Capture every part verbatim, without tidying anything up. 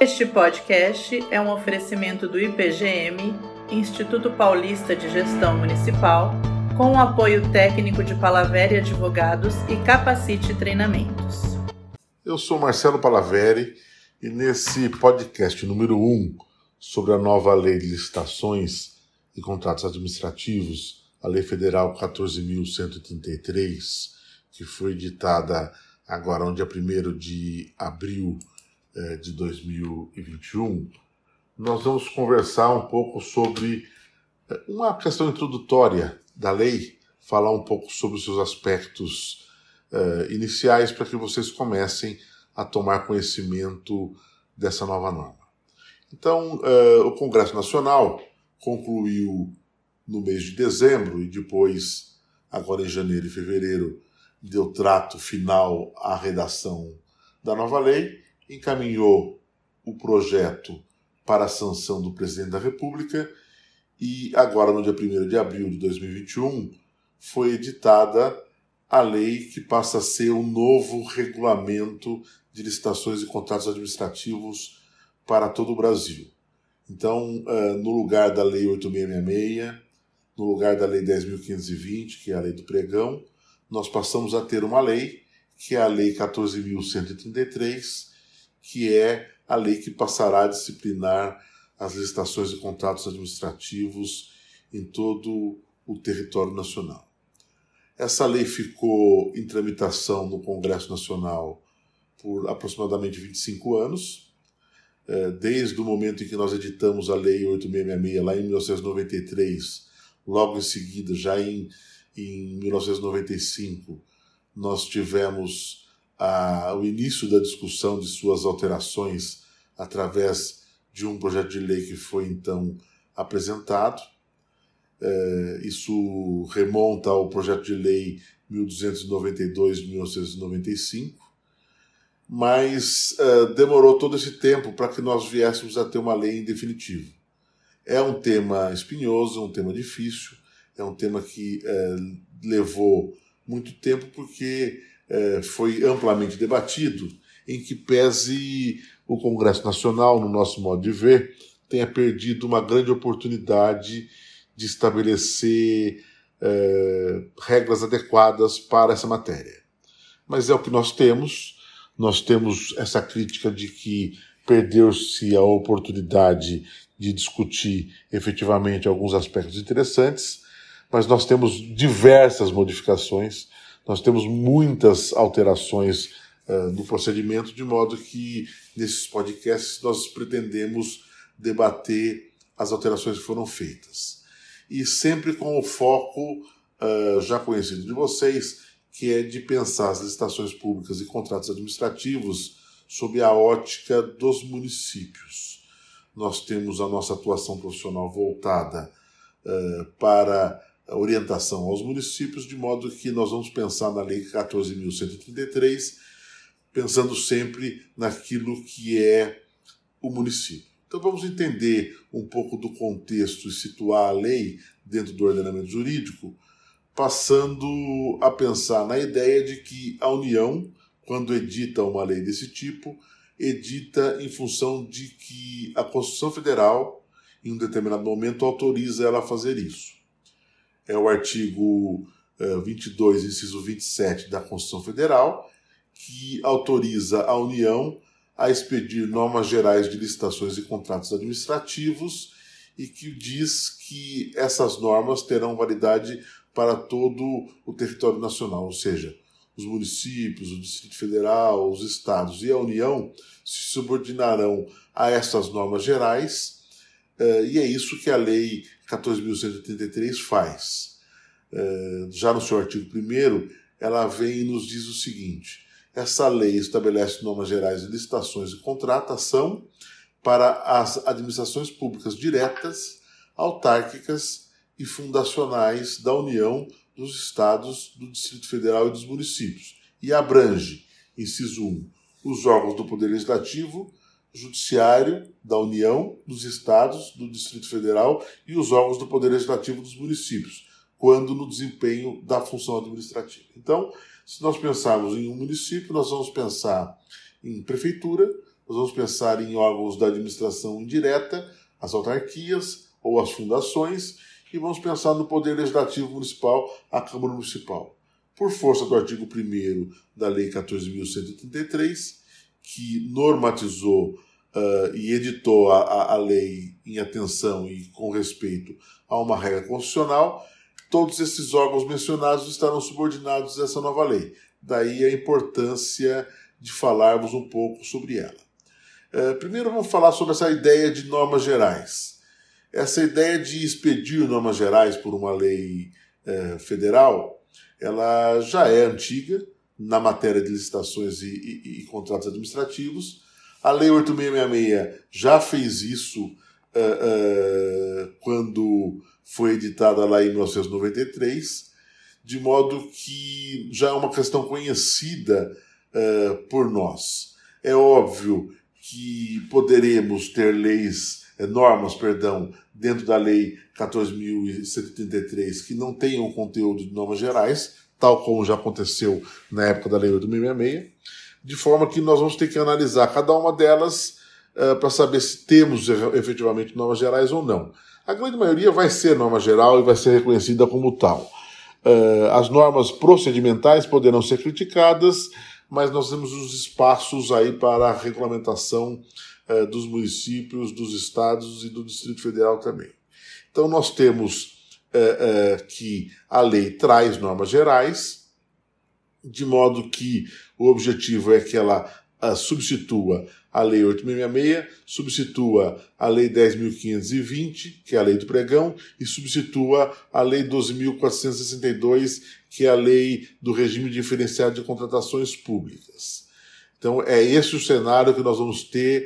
Este podcast é um oferecimento do I P G M, Instituto Paulista de Gestão Municipal, com o apoio técnico de Palaveri Advogados e Capacite Treinamentos. Eu sou Marcelo Palaveri e nesse podcast número um sobre a nova Lei de Licitações e Contratos Administrativos, a Lei Federal quatorze mil cento e trinta e três, que foi editada agora no dia primeiro de abril eh, de dois mil e vinte e um, nós vamos conversar um pouco sobre uma questão introdutória da lei, falar um pouco sobre os seus aspectos eh, iniciais para que vocês comecem a tomar conhecimento dessa nova norma. Então, eh, o Congresso Nacional concluiu no mês de dezembro e depois, agora em janeiro e fevereiro, deu trato final à redação da nova lei, encaminhou o projeto para a sanção do Presidente da República e agora, no dia primeiro de abril de dois mil e vinte e um, foi editada a lei que passa a ser o novo regulamento de licitações e contratos administrativos para todo o Brasil. Então, no lugar da Lei oito mil seiscentos e sessenta e seis, no lugar da Lei dez mil quinhentos e vinte, que é a Lei do Pregão, nós passamos a ter uma lei, que é a Lei quatorze mil cento e trinta e três, que é a lei que passará a disciplinar as licitações e contratos administrativos em todo o território nacional. Essa lei ficou em tramitação no Congresso Nacional por aproximadamente vinte e cinco anos, desde o momento em que nós editamos a Lei oito mil seiscentos e sessenta e seis, lá em mil novecentos e noventa e três, logo em seguida, já em, em mil novecentos e noventa e cinco, nós tivemos a, o início da discussão de suas alterações através de um projeto de lei que foi, então, apresentado. É, isso remonta ao projeto de lei mil duzentos e noventa e dois de mil novecentos e noventa e cinco, mas uh, demorou todo esse tempo para que nós viéssemos a ter uma lei em definitivo. É um tema espinhoso, um tema difícil, é um tema que uh, levou muito tempo porque uh, foi amplamente debatido, em que pese o Congresso Nacional, no nosso modo de ver, tenha perdido uma grande oportunidade de estabelecer uh, regras adequadas para essa matéria. Mas é o que nós temos. Nós temos essa crítica de que perdeu-se a oportunidade de discutir efetivamente alguns aspectos interessantes, mas nós temos diversas modificações, nós temos muitas alterações uh, no procedimento, de modo que nesses podcasts nós pretendemos debater as alterações que foram feitas. E sempre com o foco uh, já conhecido de vocês, que é de pensar as licitações públicas e contratos administrativos sob a ótica dos municípios. Nós temos a nossa atuação profissional voltada uh, para a orientação aos municípios, de modo que nós vamos pensar na Lei quatorze mil cento e trinta e três, pensando sempre naquilo que é o município. Então vamos entender um pouco do contexto e situar a lei dentro do ordenamento jurídico, passando a pensar na ideia de que a União, quando edita uma lei desse tipo, edita em função de que a Constituição Federal, em um determinado momento, autoriza ela a fazer isso. É o artigo vinte e dois, inciso vinte e sete da Constituição Federal, que autoriza a União a expedir normas gerais de licitações e contratos administrativos e que diz que essas normas terão validade para todo o território nacional, ou seja, os municípios, o Distrito Federal, os estados e a União se subordinarão a essas normas gerais, e é isso que a Lei quatorze mil cento e trinta e três faz. Já no seu artigo primeiro, ela vem e nos diz o seguinte: essa lei estabelece normas gerais de licitações e contratação para as administrações públicas diretas, autárquicas e fundacionais da União, dos Estados, do Distrito Federal e dos municípios, e abrange, inciso um, os órgãos do Poder Legislativo, Judiciário da União, dos Estados, do Distrito Federal e os órgãos do Poder Legislativo dos municípios, quando no desempenho da função administrativa. Então, se nós pensarmos em um município, nós vamos pensar em prefeitura, nós vamos pensar em órgãos da administração indireta, as autarquias ou as fundações, e vamos pensar no Poder Legislativo Municipal, a Câmara Municipal. Por força do artigo primeiro da Lei quatorze mil cento e trinta e três, que normatizou uh, e editou a, a, a lei em atenção e com respeito a uma regra constitucional, todos esses órgãos mencionados estarão subordinados a essa nova lei. Daí a importância de falarmos um pouco sobre ela. Uh, primeiro vamos falar sobre essa ideia de normas gerais. Essa ideia de expedir normas gerais por uma lei uh, federal, ela já é antiga na matéria de licitações e, e, e contratos administrativos. A Lei oito mil seiscentos e sessenta e seis já fez isso uh, uh, quando foi editada lá em mil novecentos e noventa e três, de modo que já é uma questão conhecida uh, por nós. É óbvio que poderemos ter leis, normas, perdão, dentro da Lei quatorze mil cento e trinta e três que não tenham conteúdo de normas gerais, tal como já aconteceu na época da Lei oito mil seiscentos e sessenta e seis, de forma que nós vamos ter que analisar cada uma delas uh, para saber se temos efetivamente normas gerais ou não. A grande maioria vai ser norma geral e vai ser reconhecida como tal. Uh, as normas procedimentais poderão ser criticadas, mas nós temos os espaços aí para a regulamentação uh, dos municípios, dos estados e do Distrito Federal também. Então nós temos uh, uh, que a lei traz normas gerais, de modo que o objetivo é que ela uh, substitua a Lei oito mil seiscentos e sessenta e seis, substitua a Lei dez mil quinhentos e vinte, que é a Lei do Pregão, e substitua a Lei doze mil quatrocentos e sessenta e dois, que é a Lei do Regime Diferenciado de Contratações Públicas. Então é esse o cenário que nós vamos ter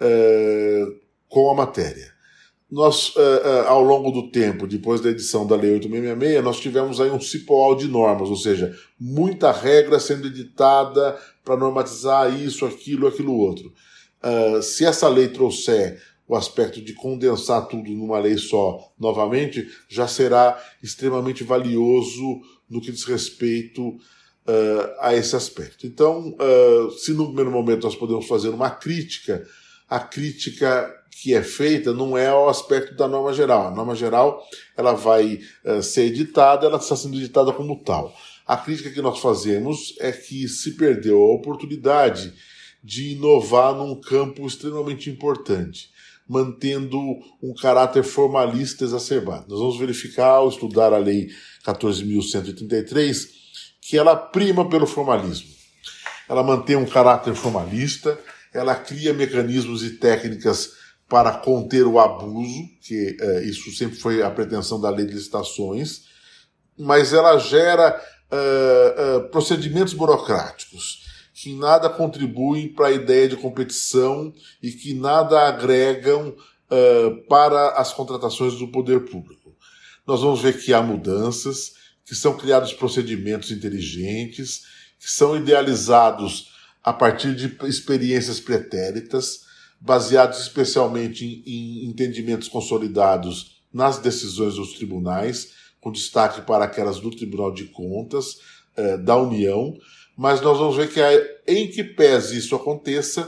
uh, com a matéria. Nós, uh, uh, ao longo do tempo, depois da edição da Lei oito mil seiscentos e sessenta e seis, nós tivemos aí um cipoal de normas, ou seja, muita regra sendo editada para normatizar isso, aquilo, aquilo outro. Uh, se essa lei trouxer o aspecto de condensar tudo numa lei só novamente, já será extremamente valioso no que diz respeito uh, a esse aspecto. Então, uh, se no primeiro momento nós podemos fazer uma crítica, a crítica que é feita não é ao aspecto da norma geral. A norma geral ela vai uh, ser editada, ela está sendo editada como tal. A crítica que nós fazemos é que se perdeu a oportunidade de inovar num campo extremamente importante, mantendo um caráter formalista exacerbado. Nós vamos verificar, ao estudar a Lei quatorze mil cento e trinta e três, que ela prima pelo formalismo. Ela mantém um caráter formalista, ela cria mecanismos e técnicas para conter o abuso, que é, isso sempre foi a pretensão da Lei de Licitações, mas ela gera uh, uh, procedimentos burocráticos que nada contribuem para a ideia de competição e que nada agregam uh, para as contratações do poder público. Nós vamos ver que há mudanças, que são criados procedimentos inteligentes, que são idealizados a partir de experiências pretéritas, baseados especialmente em, em entendimentos consolidados nas decisões dos tribunais, com destaque para aquelas do Tribunal de Contas, uh, da União, mas nós vamos ver que, em que pese isso aconteça,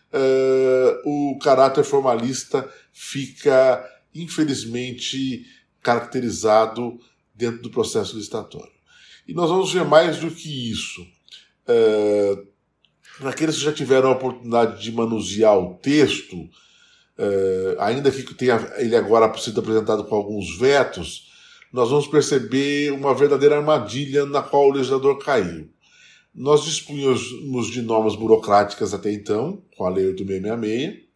uh, o caráter formalista fica, infelizmente, caracterizado dentro do processo licitatório. E nós vamos ver mais do que isso. Uh, para aqueles que já tiveram a oportunidade de manusear o texto, uh, ainda que tenha ele agora sido apresentado com alguns vetos, nós vamos perceber uma verdadeira armadilha na qual o legislador caiu. Nós dispunhamos de normas burocráticas até então, com a Lei oito mil seiscentos e sessenta e seis,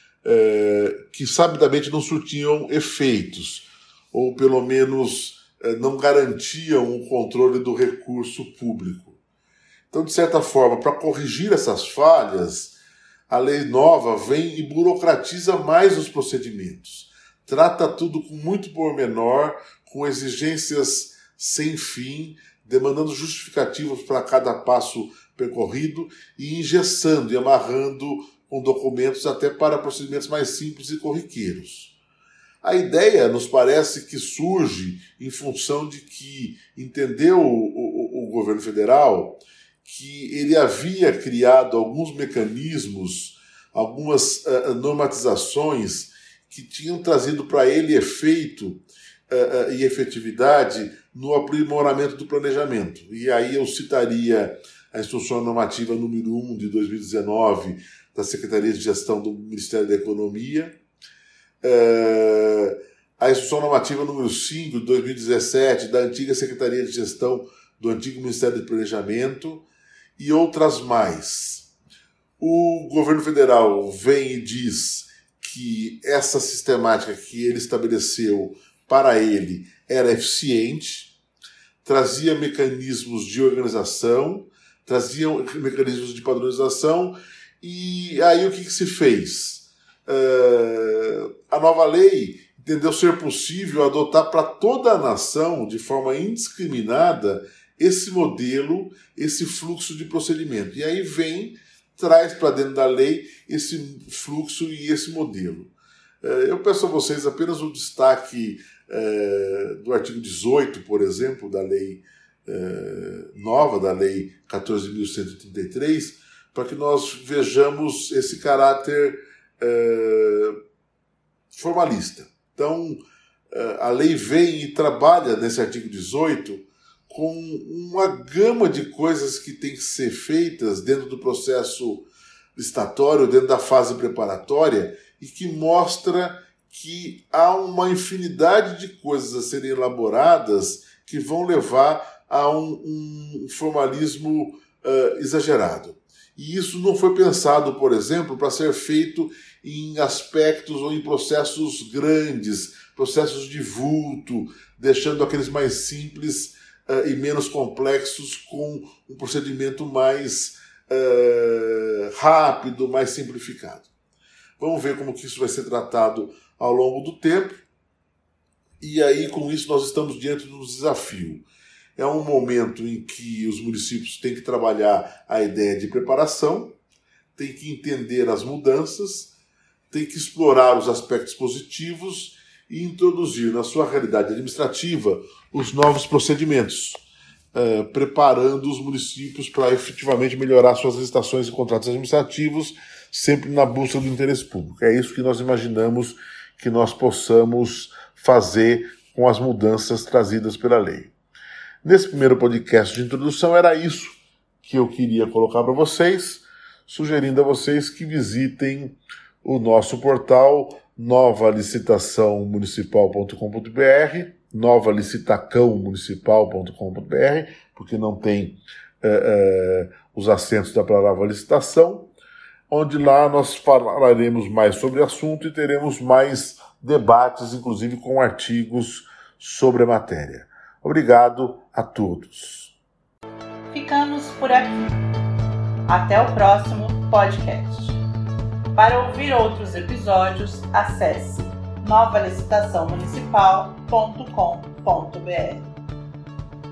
eh, que sabidamente não surtiam efeitos, ou pelo menos eh, não garantiam o controle do recurso público. Então, de certa forma, para corrigir essas falhas, a lei nova vem e burocratiza mais os procedimentos. Trata tudo com muito pormenor, com exigências sem fim, demandando justificativos para cada passo percorrido e engessando e amarrando com documentos até para procedimentos mais simples e corriqueiros. A ideia nos parece que surge em função de que entendeu o, o, o governo federal que ele havia criado alguns mecanismos algumas uh, normatizações que tinham trazido para ele efeito uh, uh, e efetividade no aprimoramento do planejamento. E aí eu citaria a Instrução Normativa número um de dois mil e dezenove da Secretaria de Gestão do Ministério da Economia, uh, a Instrução Normativa número cinco de dois mil e dezessete da antiga Secretaria de Gestão do antigo Ministério do Planejamento e outras mais. O governo federal vem e diz que essa sistemática que ele estabeleceu para ele era eficiente, trazia mecanismos de organização, trazia mecanismos de padronização, e aí o que, que se fez? Uh, a nova lei entendeu ser possível adotar para toda a nação, de forma indiscriminada, esse modelo, esse fluxo de procedimento. E aí vem, traz para dentro da lei esse fluxo e esse modelo. Eu peço a vocês apenas o destaque do artigo dezoito, por exemplo, da lei nova, da lei quatorze mil cento e trinta e três, para que nós vejamos esse caráter formalista. Então, a lei vem e trabalha nesse artigo dezoito com uma gama de coisas que tem que ser feitas dentro do processo licitatório, dentro da fase preparatória, e que mostra que há uma infinidade de coisas a serem elaboradas que vão levar a um, um formalismo uh, exagerado. E isso não foi pensado, por exemplo, para ser feito em aspectos ou em processos grandes, processos de vulto, deixando aqueles mais simples uh, e menos complexos com um procedimento mais uh, rápido, mais simplificado. Vamos ver como que isso vai ser tratado ao longo do tempo. E aí, com isso, nós estamos diante de um desafio. É um momento em que os municípios têm que trabalhar a ideia de preparação, têm que entender as mudanças, têm que explorar os aspectos positivos e introduzir na sua realidade administrativa os novos procedimentos, uh, preparando os municípios para efetivamente melhorar suas licitações e contratos administrativos, sempre na busca do interesse público. É isso que nós imaginamos que nós possamos fazer com as mudanças trazidas pela lei. Nesse primeiro podcast de introdução era isso que eu queria colocar para vocês, sugerindo a vocês que visitem o nosso portal nova licitação municipal ponto com ponto b r, nova licitacão municipal ponto com ponto b r, porque não tem é, é, os acentos da palavra licitação, onde lá nós falaremos mais sobre o assunto e teremos mais debates, inclusive com artigos sobre a matéria. Obrigado a todos. Ficamos por aqui. Até o próximo podcast. Para ouvir outros episódios, acesse nova licitação municipal ponto com ponto b r.